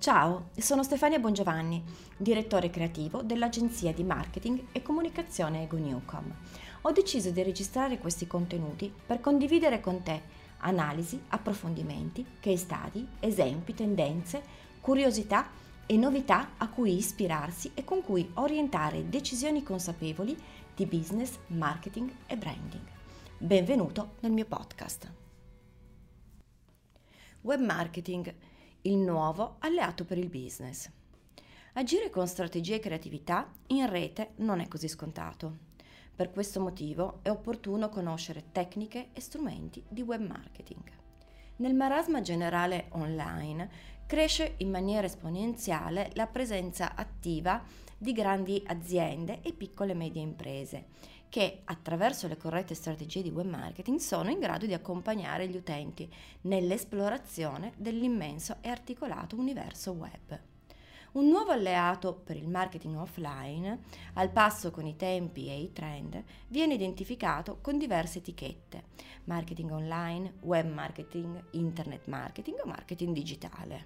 Ciao, sono Stefania Bongiovanni, direttore creativo dell'agenzia di marketing e comunicazione Ego Newcom. Ho deciso di registrare questi contenuti per condividere con te analisi, approfondimenti, case study, esempi, tendenze, curiosità e novità a cui ispirarsi e con cui orientare decisioni consapevoli di business, marketing e branding. Benvenuto nel mio podcast. Web marketing, il nuovo alleato per il business. Agire con strategia e creatività in rete non è così scontato. Per questo motivo è opportuno conoscere tecniche e strumenti di web marketing. Nel marasma generale online cresce in maniera esponenziale la presenza attiva di grandi aziende e piccole e medie imprese che, attraverso le corrette strategie di web marketing, sono in grado di accompagnare gli utenti nell'esplorazione dell'immenso e articolato universo web. Un nuovo alleato per il marketing offline, al passo con i tempi e i trend, viene identificato con diverse etichette: marketing online, web marketing, internet marketing o marketing digitale.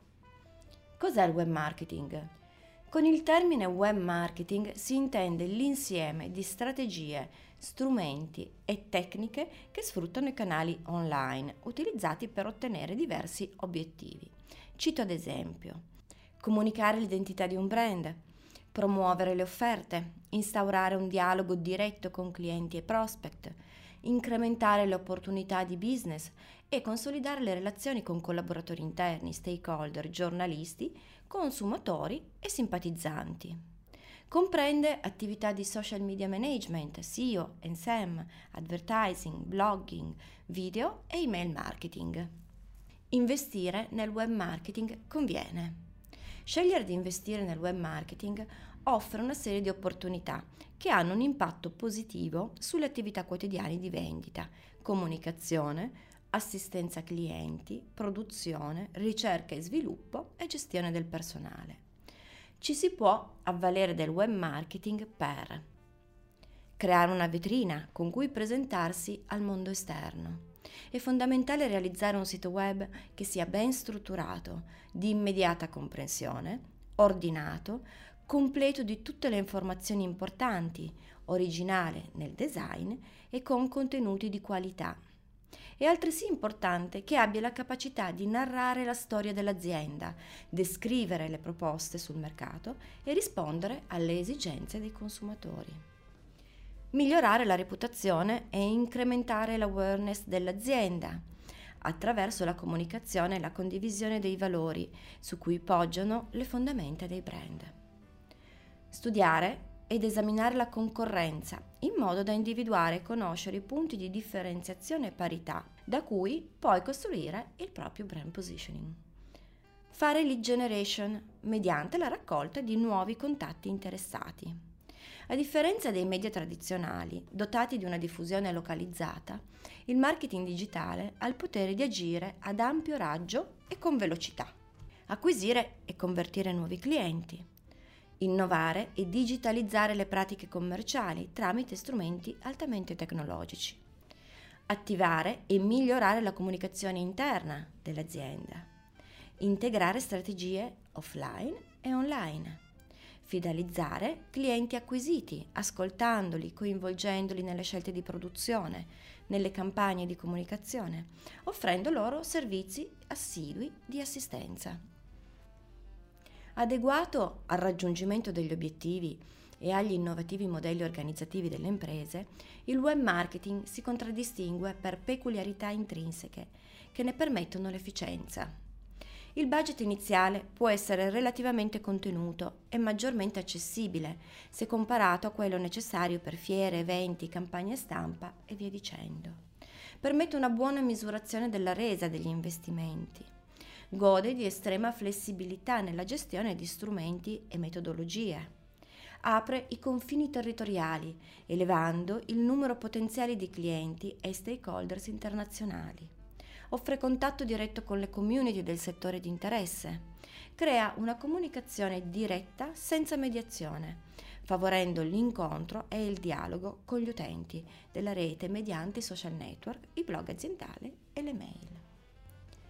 Cos'è il web marketing? Con il termine web marketing si intende l'insieme di strategie, strumenti e tecniche che sfruttano i canali online utilizzati per ottenere diversi obiettivi. Cito ad esempio: comunicare l'identità di un brand, promuovere le offerte, instaurare un dialogo diretto con clienti e prospect, incrementare le opportunità di business e consolidare le relazioni con collaboratori interni, stakeholder, giornalisti, consumatori e simpatizzanti. Comprende attività di social media management, SEO, SEM, advertising, blogging, video e email marketing. Investire nel web marketing conviene. Scegliere di investire nel web marketing offre una serie di opportunità che hanno un impatto positivo sulle attività quotidiane di vendita, comunicazione, assistenza clienti, produzione, ricerca e sviluppo e gestione del personale. Ci si può avvalere del web marketing per creare una vetrina con cui presentarsi al mondo esterno. È fondamentale realizzare un sito web che sia ben strutturato, di immediata comprensione, ordinato, completo di tutte le informazioni importanti, originale nel design e con contenuti di qualità. È altresì importante che abbia la capacità di narrare la storia dell'azienda, descrivere le proposte sul mercato e rispondere alle esigenze dei consumatori. Migliorare la reputazione e incrementare l'awareness dell'azienda attraverso la comunicazione e la condivisione dei valori su cui poggiano le fondamenta dei brand. Studiare ed esaminare la concorrenza in modo da individuare e conoscere i punti di differenziazione e parità da cui poi costruire il proprio brand positioning. Fare lead generation mediante la raccolta di nuovi contatti interessati. A differenza dei media tradizionali, dotati di una diffusione localizzata, il marketing digitale ha il potere di agire ad ampio raggio e con velocità, acquisire e convertire nuovi clienti, innovare e digitalizzare le pratiche commerciali tramite strumenti altamente tecnologici, attivare e migliorare la comunicazione interna dell'azienda, integrare strategie offline e online, fidelizzare clienti acquisiti, ascoltandoli, coinvolgendoli nelle scelte di produzione, nelle campagne di comunicazione, offrendo loro servizi assidui di assistenza. Adeguato al raggiungimento degli obiettivi e agli innovativi modelli organizzativi delle imprese, il web marketing si contraddistingue per peculiarità intrinseche che ne permettono l'efficienza. Il budget iniziale può essere relativamente contenuto e maggiormente accessibile se comparato a quello necessario per fiere, eventi, campagne stampa e via dicendo. Permette una buona misurazione della resa degli investimenti. Gode di estrema flessibilità nella gestione di strumenti e metodologie. Apre i confini territoriali, elevando il numero potenziale di clienti e stakeholders internazionali. Offre contatto diretto con le community del settore di interesse. Crea una comunicazione diretta senza mediazione, favorendo l'incontro e il dialogo con gli utenti della rete mediante i social network, i blog aziendali e le mail.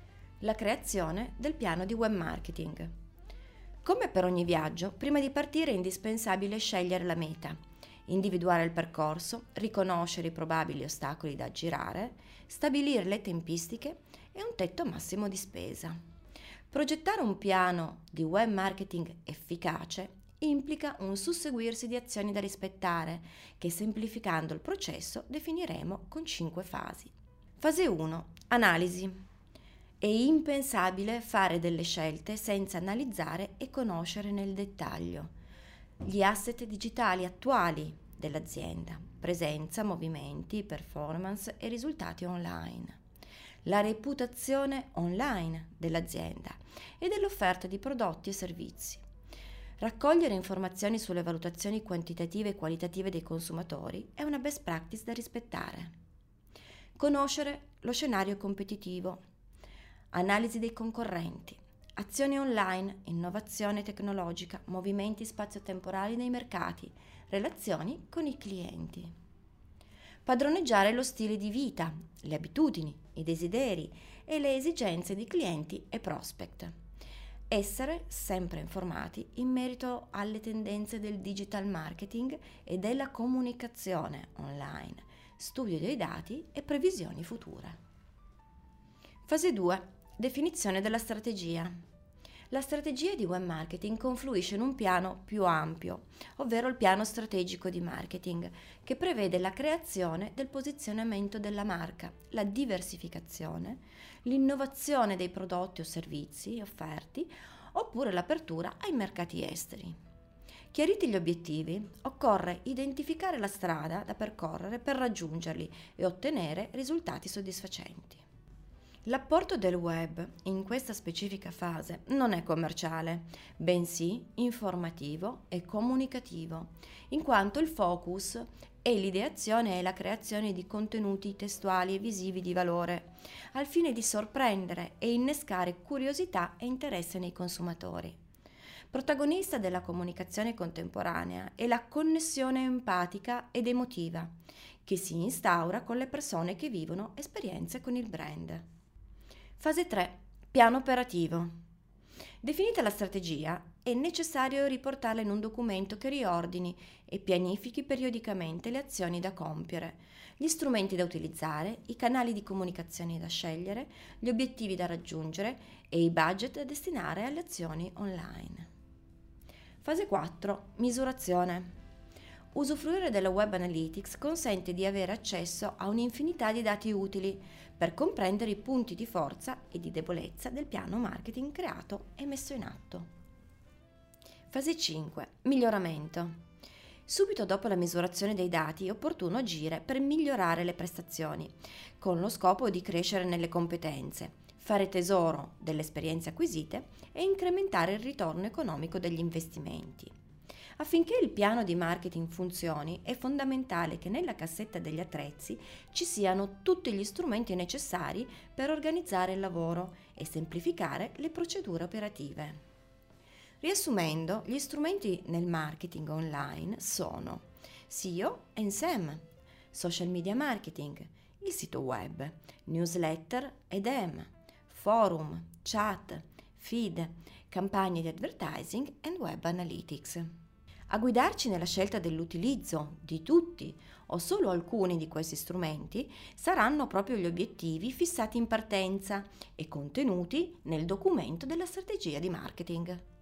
La creazione del piano di web marketing. Come per ogni viaggio, prima di partire è indispensabile scegliere la meta, individuare il percorso, riconoscere i probabili ostacoli da aggirare, stabilire le tempistiche e un tetto massimo di spesa. Progettare un piano di web marketing efficace implica un susseguirsi di azioni da rispettare che, semplificando il processo, definiremo con 5 fasi. Fase 1. Analisi. È impensabile fare delle scelte senza analizzare e conoscere nel dettaglio gli asset digitali attuali dell'azienda, presenza, movimenti, performance e risultati online, la reputazione online dell'azienda e dell'offerta di prodotti e servizi. Raccogliere informazioni sulle valutazioni quantitative e qualitative dei consumatori è una best practice da rispettare. Conoscere lo scenario competitivo. Analisi dei concorrenti, azioni online, innovazione tecnologica, movimenti spazio-temporali nei mercati, relazioni con i clienti. Padroneggiare lo stile di vita, le abitudini, i desideri e le esigenze di clienti e prospect. Essere sempre informati in merito alle tendenze del digital marketing e della comunicazione online, studio dei dati e previsioni future. Fase 2. Definizione della strategia. La strategia di web marketing confluisce in un piano più ampio, ovvero il piano strategico di marketing, che prevede la creazione del posizionamento della marca, la diversificazione, l'innovazione dei prodotti o servizi offerti, oppure l'apertura ai mercati esteri. Chiariti gli obiettivi, occorre identificare la strada da percorrere per raggiungerli e ottenere risultati soddisfacenti. L'apporto del web in questa specifica fase non è commerciale, bensì informativo e comunicativo, in quanto il focus è l'ideazione e la creazione di contenuti testuali e visivi di valore, al fine di sorprendere e innescare curiosità e interesse nei consumatori. Protagonista della comunicazione contemporanea è la connessione empatica ed emotiva, che si instaura con le persone che vivono esperienze con il brand. Fase 3. Piano operativo. Definita la strategia, è necessario riportarla in un documento che riordini e pianifichi periodicamente le azioni da compiere, gli strumenti da utilizzare, i canali di comunicazione da scegliere, gli obiettivi da raggiungere e i budget da destinare alle azioni online. Fase 4. Misurazione. Usufruire della Web Analytics consente di avere accesso a un'infinità di dati utili per comprendere i punti di forza e di debolezza del piano marketing creato e messo in atto. Fase 5. Miglioramento. Subito dopo la misurazione dei dati è opportuno agire per migliorare le prestazioni, con lo scopo di crescere nelle competenze, fare tesoro delle esperienze acquisite e incrementare il ritorno economico degli investimenti. Affinché il piano di marketing funzioni, è fondamentale che nella cassetta degli attrezzi ci siano tutti gli strumenti necessari per organizzare il lavoro e semplificare le procedure operative. Riassumendo, gli strumenti nel marketing online sono SEO e SEM, social media marketing, il sito web, newsletter ed EM, forum, chat, feed, campagne di advertising e web analytics. A guidarci nella scelta dell'utilizzo di tutti o solo alcuni di questi strumenti saranno proprio gli obiettivi fissati in partenza e contenuti nel documento della strategia di marketing.